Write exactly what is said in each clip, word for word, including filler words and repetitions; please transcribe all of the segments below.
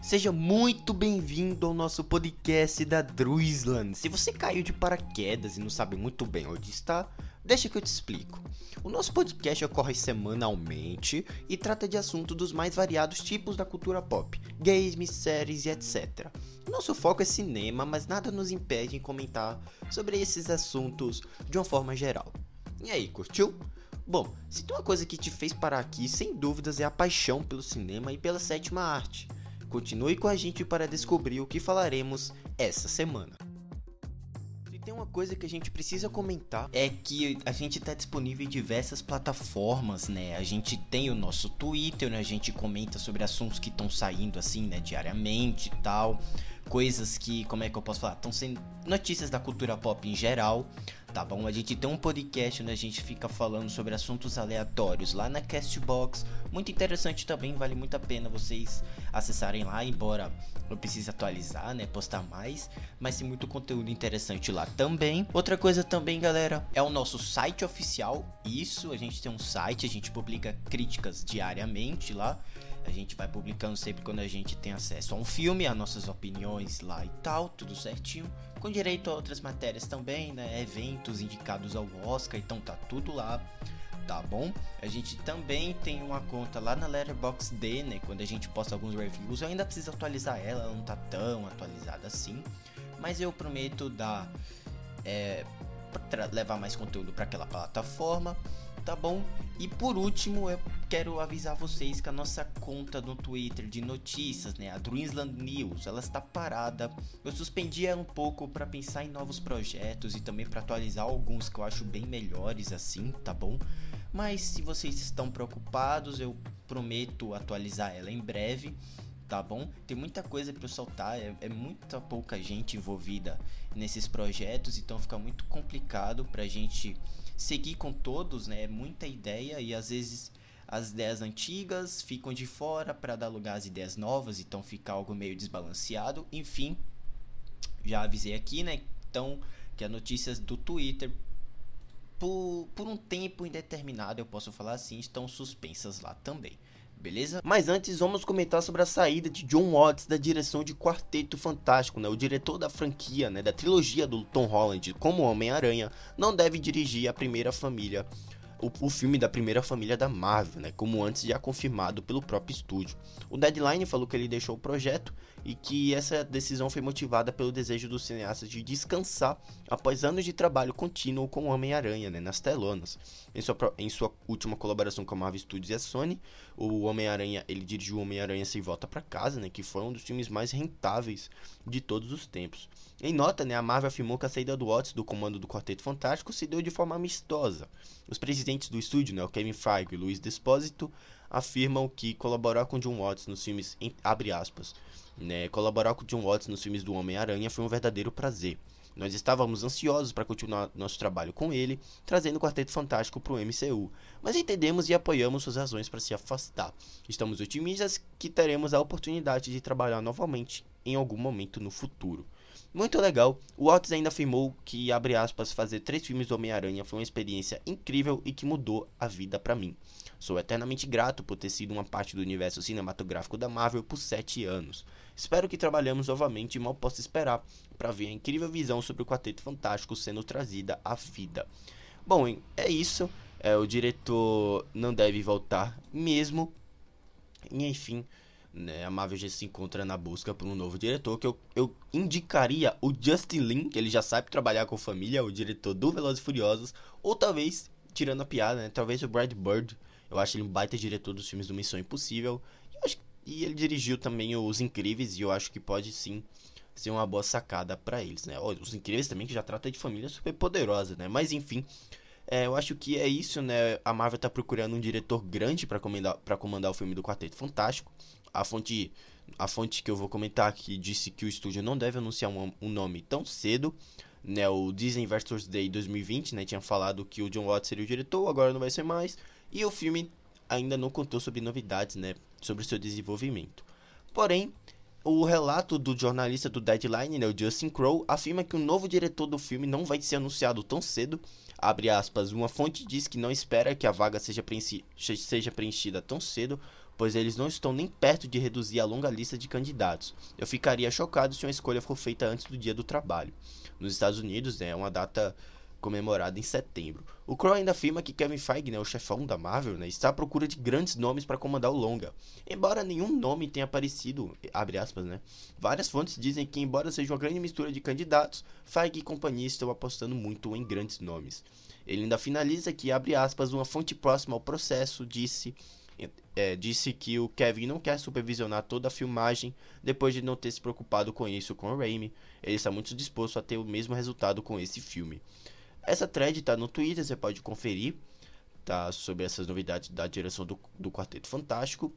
Seja muito bem-vindo ao nosso podcast da Druisland. Se você caiu de paraquedas e não sabe muito bem onde está, deixa que eu te explico. O nosso podcast ocorre semanalmente e trata de assuntos dos mais variados tipos da cultura pop, games, séries e etcétera. Nosso foco é cinema, mas nada nos impede em comentar sobre esses assuntos de uma forma geral. E aí, curtiu? Bom, se tem uma coisa que te fez parar aqui, sem dúvidas é a paixão pelo cinema e pela sétima arte. Continue com a gente para descobrir o que falaremos essa semana. E tem uma coisa que a gente precisa comentar, é que a gente está disponível em diversas plataformas, né? A gente tem o nosso Twitter, né? A gente comenta sobre assuntos que estão saindo assim, né, diariamente e tal. Coisas que, como é que eu posso falar? Estão sendo notícias da cultura pop em geral, tá bom? A gente tem um podcast onde a gente fica falando sobre assuntos aleatórios lá na Castbox. Muito interessante também, vale muito a pena vocês acessarem lá, embora eu precise atualizar, né? Postar mais, mas tem muito conteúdo interessante lá também. Outra coisa também, galera, é o nosso site oficial. Isso, a gente tem um site, a gente publica críticas diariamente lá. A gente vai publicando sempre quando a gente tem acesso a um filme, as nossas opiniões lá e tal, tudo certinho. Com direito a outras matérias também, né? Eventos indicados ao Oscar, então tá tudo lá, tá bom? A gente também tem uma conta lá na Letterboxd, né? Quando a gente posta alguns reviews, eu ainda preciso atualizar ela, ela não tá tão atualizada assim. Mas eu prometo dar, é, pra levar mais conteúdo para aquela plataforma. Tá bom? E por último, eu quero avisar vocês que a nossa conta no Twitter de notícias, né, a Druisland News, ela está parada. Eu suspendi ela um pouco para pensar em novos projetos e também para atualizar alguns que eu acho bem melhores assim, tá bom? Mas se vocês estão preocupados, eu prometo atualizar ela em breve. Tá bom? Tem muita coisa para eu soltar, é, é muita pouca gente envolvida nesses projetos, então fica muito complicado pra gente seguir com todos, né? É muita ideia e às vezes as ideias antigas ficam de fora para dar lugar às ideias novas, então fica algo meio desbalanceado. Enfim, já avisei aqui, né? Então, que as notícias do Twitter, por, por um tempo indeterminado, eu posso falar assim, estão suspensas lá também. Beleza? Mas antes vamos comentar sobre a saída de Jon Watts da direção de Quarteto Fantástico, né? O diretor da franquia, né, da trilogia do Tom Holland como Homem-Aranha, não deve dirigir a primeira família, o, o filme da primeira família da Marvel, né, como antes já confirmado pelo próprio estúdio. O Deadline falou que ele deixou o projeto e que essa decisão foi motivada pelo desejo dos cineastas de descansar após anos de trabalho contínuo com o Homem-Aranha, né, nas telonas. Em sua, em sua última colaboração com a Marvel Studios e a Sony, o Homem-Aranha, ele dirigiu o Homem-Aranha Sem Volta Pra Casa, né, que foi um dos filmes mais rentáveis de todos os tempos. Em nota, né, a Marvel afirmou que a saída do Watts do comando do Quarteto Fantástico se deu de forma amistosa. Os presidentes do estúdio, né, o Kevin Feige e o Luiz D'Esposito, afirmam que colaborar com Jon Watts nos filmes, em, abre aspas, né, colaborar com Jon Watts nos filmes do Homem-Aranha foi um verdadeiro prazer. Nós estávamos ansiosos para continuar nosso trabalho com ele, trazendo o Quarteto Fantástico para o M C U, mas entendemos e apoiamos suas razões para se afastar. Estamos otimistas que teremos a oportunidade de trabalhar novamente em algum momento no futuro. Muito legal, o Watts ainda afirmou que, abre aspas, fazer três filmes do Homem-Aranha foi uma experiência incrível e que mudou a vida para mim. Sou eternamente grato por ter sido uma parte do universo cinematográfico da Marvel por sete anos. Espero que trabalhemos novamente e mal posso esperar para ver a incrível visão sobre o Quarteto Fantástico sendo trazida à vida. Bom, é isso. É, o diretor não deve voltar mesmo. E enfim, né, a Marvel já se encontra na busca por um novo diretor, que eu, eu indicaria o Justin Lin, que ele já sabe trabalhar com família, o diretor do Velozes e Furiosos, ou talvez, tirando a piada, né, talvez o Brad Bird. Eu acho ele um baita diretor dos filmes do Missão Impossível. Eu acho, e ele dirigiu também Os Incríveis, e eu acho que pode sim ser uma boa sacada pra eles, né? Os Incríveis também, que já trata de família super poderosa, né? Mas enfim, é, eu acho que é isso, né? A Marvel tá procurando um diretor grande pra comandar, pra comandar o filme do Quarteto Fantástico. A fonte, a fonte que eu vou comentar aqui disse que o estúdio não deve anunciar um, um nome tão cedo, né? O Disney Investors Day dois mil e vinte, né, tinha falado que o Jon Watts seria o diretor, agora não vai ser mais. E o filme ainda não contou sobre novidades, né, sobre o seu desenvolvimento. Porém, o relato do jornalista do Deadline, né, o Justin Crowe, afirma que o novo diretor do filme não vai ser anunciado tão cedo. Abre aspas, uma fonte diz que não espera que a vaga seja, preenchi- seja preenchida tão cedo, pois eles não estão nem perto de reduzir a longa lista de candidatos. Eu ficaria chocado se uma escolha for feita antes do Dia do Trabalho. Nos Estados Unidos, né, é uma data comemorada em setembro. O Crow ainda afirma que Kevin Feige, né, o chefão da Marvel, né, está à procura de grandes nomes para comandar o longa. Embora nenhum nome tenha aparecido, abre aspas, né, várias fontes dizem que, embora seja uma grande mistura de candidatos, Feige e companhia estão apostando muito em grandes nomes. Ele ainda finaliza que, abre aspas, uma fonte próxima ao processo disse, é, disse que o Kevin não quer supervisionar toda a filmagem depois de não ter se preocupado com isso com o Raimi. Ele está muito disposto a ter o mesmo resultado com esse filme. Essa thread tá no Twitter, você pode conferir, tá, sobre essas novidades da direção do, do Quarteto Fantástico.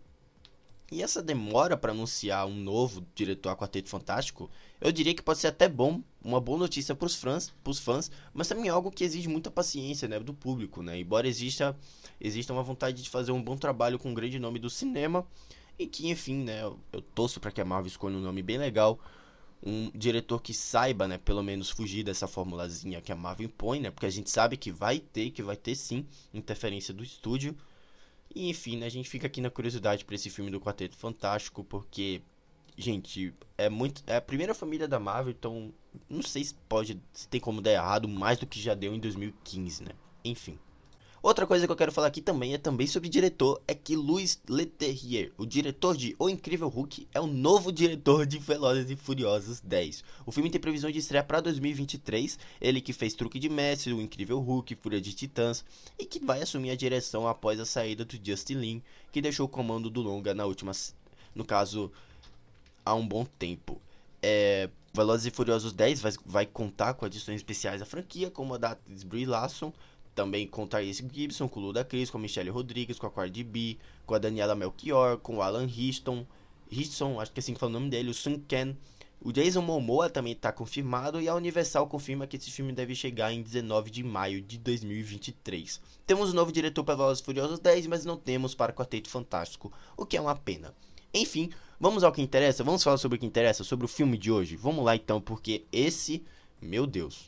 E essa demora para anunciar um novo diretor a Quarteto Fantástico, eu diria que pode ser até bom, uma boa notícia para os fãs, pros fãs, mas também é algo que exige muita paciência, né, do público, né? Embora exista, exista uma vontade de fazer um bom trabalho com um grande nome do cinema, e que, enfim, né, eu, eu torço para que a Marvel escolha um nome bem legal, um diretor que saiba, né, pelo menos fugir dessa formulazinha que a Marvel impõe, né, porque a gente sabe que vai ter, que vai ter sim, interferência do estúdio. E enfim, né, a gente fica aqui na curiosidade para esse filme do Quarteto Fantástico, porque, gente, é muito, é a primeira família da Marvel, então não sei se pode, se tem como dar errado mais do que já deu em dois mil e quinze, né, enfim. Outra coisa que eu quero falar aqui também é também sobre diretor, é que Louis Leterrier, o diretor de O Incrível Hulk, é o novo diretor de Velozes e Furiosos dez. O filme tem previsão de estreia para dois mil e vinte e três, ele que fez Truque de Mestre, O Incrível Hulk, Fúria de Titãs, e que vai assumir a direção após a saída do Justin Lin, que deixou o comando do longa na última, no caso, há um bom tempo. É, Velozes e Furiosos dez vai, vai contar com adições especiais à franquia, como a da atriz Brie Larson, também com Tyrese Gibson, com o Ludacris, com a Michelle Rodrigues, com a Cardi B, com a Daniela Melchior, com o Alan Riston, Riston, acho que é assim que fala o nome dele, o Sun Ken. O Jason Momoa também está confirmado e a Universal confirma que esse filme deve chegar em dezenove de maio de dois mil e vinte e três. Temos um novo diretor para Velozes e Furiosos dez, mas não temos para Quarteto Fantástico, o que é uma pena. Enfim, vamos ao que interessa, vamos falar sobre o que interessa, sobre o filme de hoje. Vamos lá então, porque esse, meu Deus,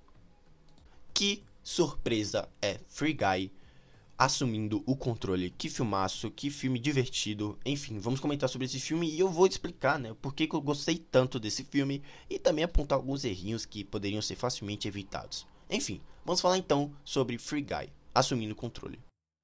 que surpresa é Free Guy assumindo o controle. Que filmaço, que filme divertido. Enfim, vamos comentar sobre esse filme e eu vou explicar, né, por que que eu gostei tanto desse filme e também apontar alguns errinhos que poderiam ser facilmente evitados. Enfim, vamos falar então sobre Free Guy assumindo o controle.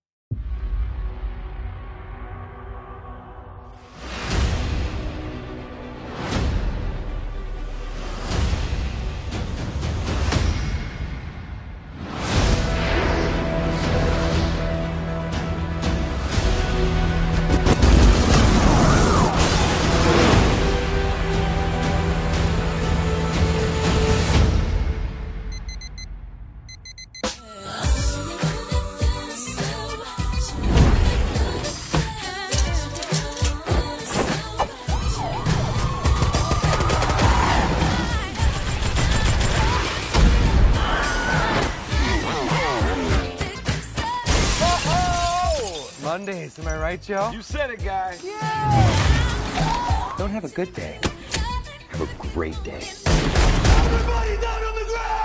Mondays, am I right, Joe? You said it, guy. Yeah! Don't have a good day. Have a great day. Everybody down on the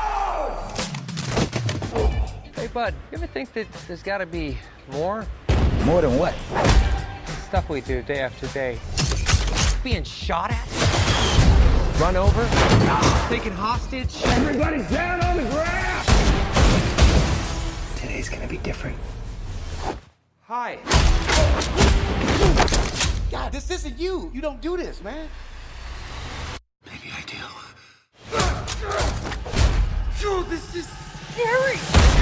ground! Hey, bud, you ever think that there's got to be more? More than what? Stuff we do day after day. Being shot at? Run over? Taken hostage? Everybody's down on the ground! Today's gonna be different. Hi. God, this isn't you. You don't do this, man. Maybe I do. Dude, this is scary.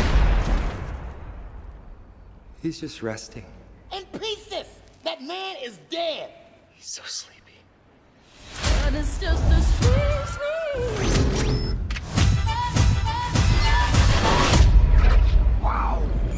He's just resting. In pieces. That man is dead. He's so sleepy. But it's just a squeeze me. Wow.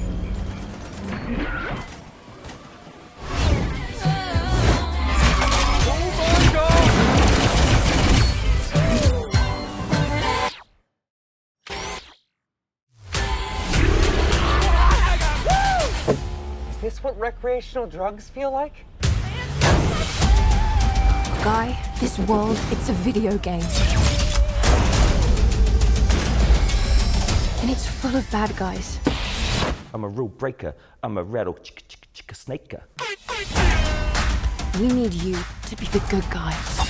Is this what recreational drugs feel like? Guy, this world, it's a video game. And it's full of bad guys. I'm a rule breaker. I'm a rattle chicka chicka chicka snaker. We need you to be the good guy.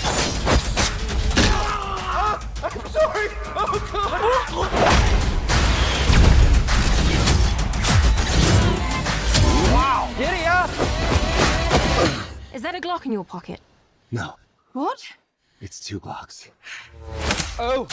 I'm sorry. Oh, God. Wow! Giddy up! Is that a Glock in your pocket? No, What? it's two Glocks. Oh!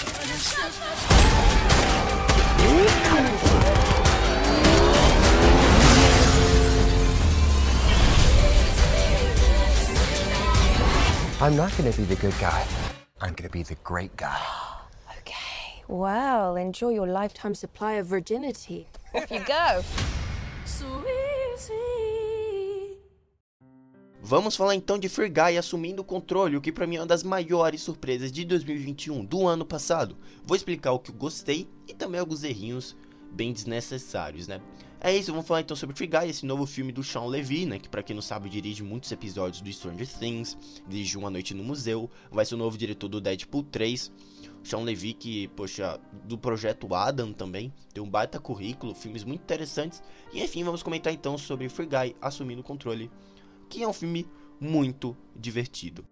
I'm not gonna be the good guy. I'm gonna be the great guy. Okay. Well, enjoy your lifetime supply of virginity. Off you go. So easy. Vamos falar então de Free Guy assumindo o controle, o que pra mim é uma das maiores surpresas de dois mil e vinte e um, do ano passado. Vou explicar o que eu gostei e também alguns errinhos bem desnecessários, né? É isso, vamos falar então sobre Free Guy, esse novo filme do Shawn Levy, né? Que pra quem não sabe dirige muitos episódios do Stranger Things, dirigiu Uma Noite no Museu, vai ser o novo diretor do Deadpool três. Shawn Levy que, poxa, do projeto Adam também, tem um baita currículo, filmes muito interessantes. E enfim, vamos comentar então sobre Free Guy assumindo o controle, que é um filme muito divertido.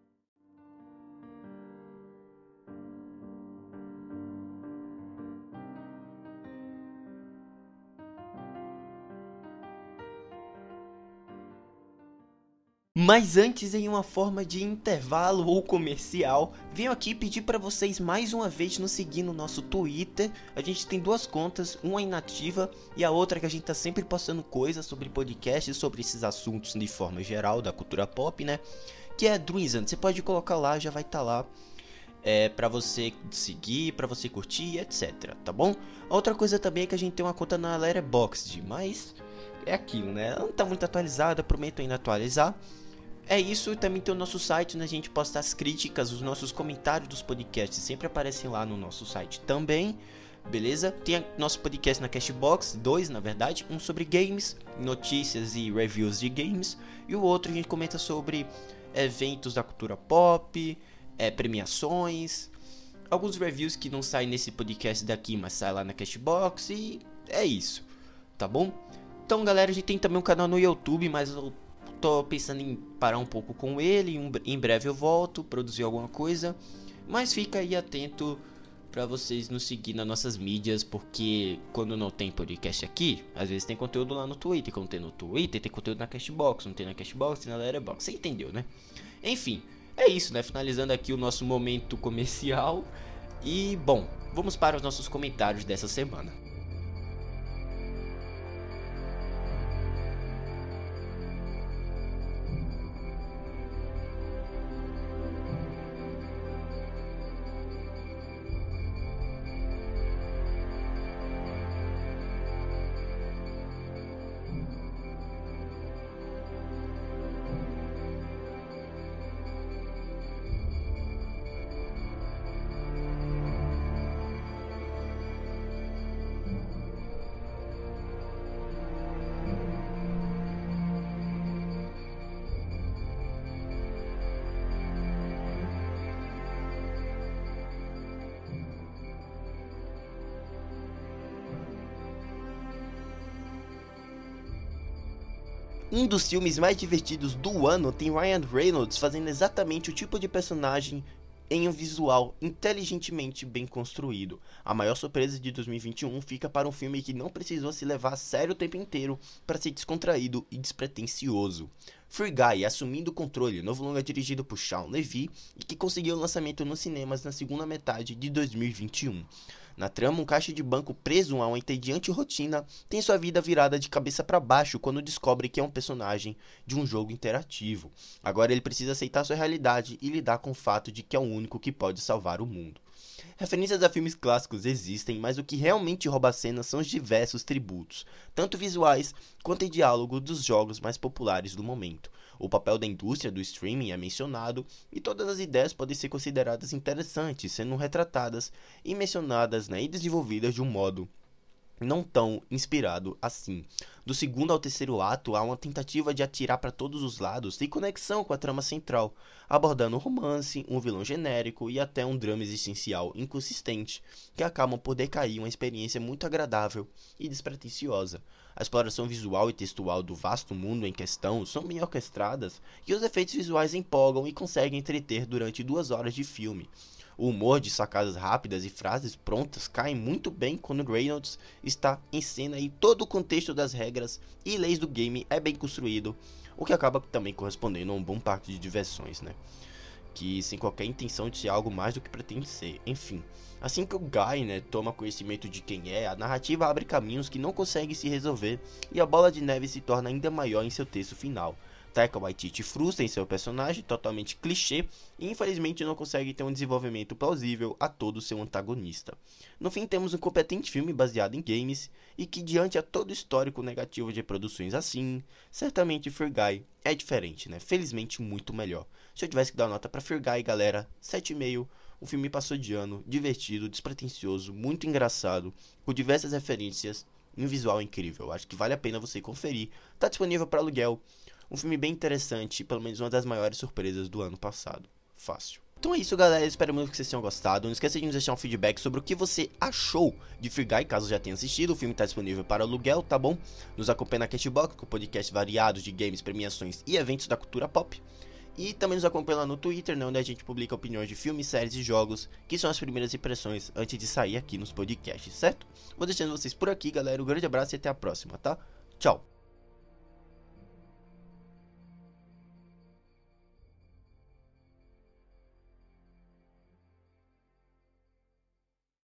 Mas antes, em uma forma de intervalo ou comercial, venho aqui pedir para vocês mais uma vez nos seguir no nosso Twitter. A gente tem duas contas, uma inativa e a outra que a gente tá sempre postando coisas sobre podcasts, sobre esses assuntos de forma geral da cultura pop, né? Que é Druizan. Você pode colocar lá, já vai estar tá lá é, para você seguir, para você curtir, etcétera. Tá bom? A outra coisa também é que a gente tem uma conta na Letterboxd, mas é aquilo, né? Ela não tá muito atualizada, prometo ainda atualizar. É isso, também tem o nosso site, onde a gente posta as críticas, os nossos comentários dos podcasts sempre aparecem lá no nosso site também, beleza? Tem nosso podcast na Cashbox, dois na verdade, um sobre games, notícias e reviews de games, e o outro a gente comenta sobre eventos da cultura pop, é, premiações, alguns reviews que não saem nesse podcast daqui, mas saem lá na Cashbox, e é isso, tá bom? Então galera, a gente tem também um canal no YouTube, mas eu tô pensando em parar um pouco com ele, em breve eu volto, produzir alguma coisa, mas fica aí atento pra vocês nos seguir nas nossas mídias, porque quando não tem podcast aqui, às vezes tem conteúdo lá no Twitter, quando tem no Twitter tem conteúdo na Cashbox, não tem na Cashbox, tem na Letterboxd, você entendeu, né? Enfim, é isso, né? Finalizando aqui o nosso momento comercial, e bom, vamos para os nossos comentários dessa semana. Um dos filmes mais divertidos do ano tem Ryan Reynolds fazendo exatamente o tipo de personagem em um visual inteligentemente bem construído. A maior surpresa de dois mil e vinte e um fica para um filme que não precisou se levar a sério o tempo inteiro para ser descontraído e despretensioso. Free Guy, assumindo o controle, novo longa dirigido por Shawn Levy e que conseguiu o lançamento nos cinemas na segunda metade de dois mil e vinte e um. Na trama, um caixa de banco preso a uma entediante rotina tem sua vida virada de cabeça para baixo quando descobre que é um personagem de um jogo interativo. Agora ele precisa aceitar sua realidade e lidar com o fato de que é o único que pode salvar o mundo. Referências a filmes clássicos existem, mas o que realmente rouba a cena são os diversos tributos, tanto visuais quanto em diálogo dos jogos mais populares do momento. O papel da indústria do streaming é mencionado e todas as ideias podem ser consideradas interessantes, sendo retratadas e mencionadas, né, e desenvolvidas de um modo não tão inspirado assim. Do segundo ao terceiro ato, há uma tentativa de atirar para todos os lados sem conexão com a trama central, abordando um romance, um vilão genérico e até um drama existencial inconsistente, que acabam por decair uma experiência muito agradável e despretensiosa. A exploração visual e textual do vasto mundo em questão são bem orquestradas e os efeitos visuais empolgam e conseguem entreter durante duas horas de filme. O humor de sacadas rápidas e frases prontas cai muito bem quando Reynolds está em cena e todo o contexto das regras e leis do game é bem construído, o que acaba também correspondendo a um bom parque de diversões, né? Que sem qualquer intenção de ser algo mais do que pretende ser. Enfim, assim que o Guy, né, toma conhecimento de quem é, a narrativa abre caminhos que não conseguem se resolver e a bola de neve se torna ainda maior em seu texto final. Taika Waititi frustra em seu personagem, totalmente clichê, e infelizmente não consegue ter um desenvolvimento plausível a todo seu antagonista. No fim, temos um competente filme baseado em games, e que diante a todo o histórico negativo de produções assim, certamente Free Guy é diferente, né? Felizmente muito melhor. Se eu tivesse que dar uma nota pra Free Guy, galera, sete vírgula cinco. O filme passou de ano, divertido, despretensioso, muito engraçado, com diversas referências e um visual incrível. Acho que vale a pena você conferir. Tá disponível para aluguel. Um filme bem interessante, pelo menos uma das maiores surpresas do ano passado. Fácil. Então é isso, galera, espero muito que vocês tenham gostado. Não esqueça de nos deixar um feedback sobre o que você achou de Free Guy, caso já tenha assistido. O filme está disponível para aluguel, tá bom? Nos acompanha na Cashbox, com podcasts variados de games, premiações e eventos da cultura pop. E também nos acompanha lá no Twitter, né, onde a gente publica opiniões de filmes, séries e jogos, que são as primeiras impressões antes de sair aqui nos podcasts, certo? Vou deixando vocês por aqui, galera. Um grande abraço e até a próxima, tá? Tchau!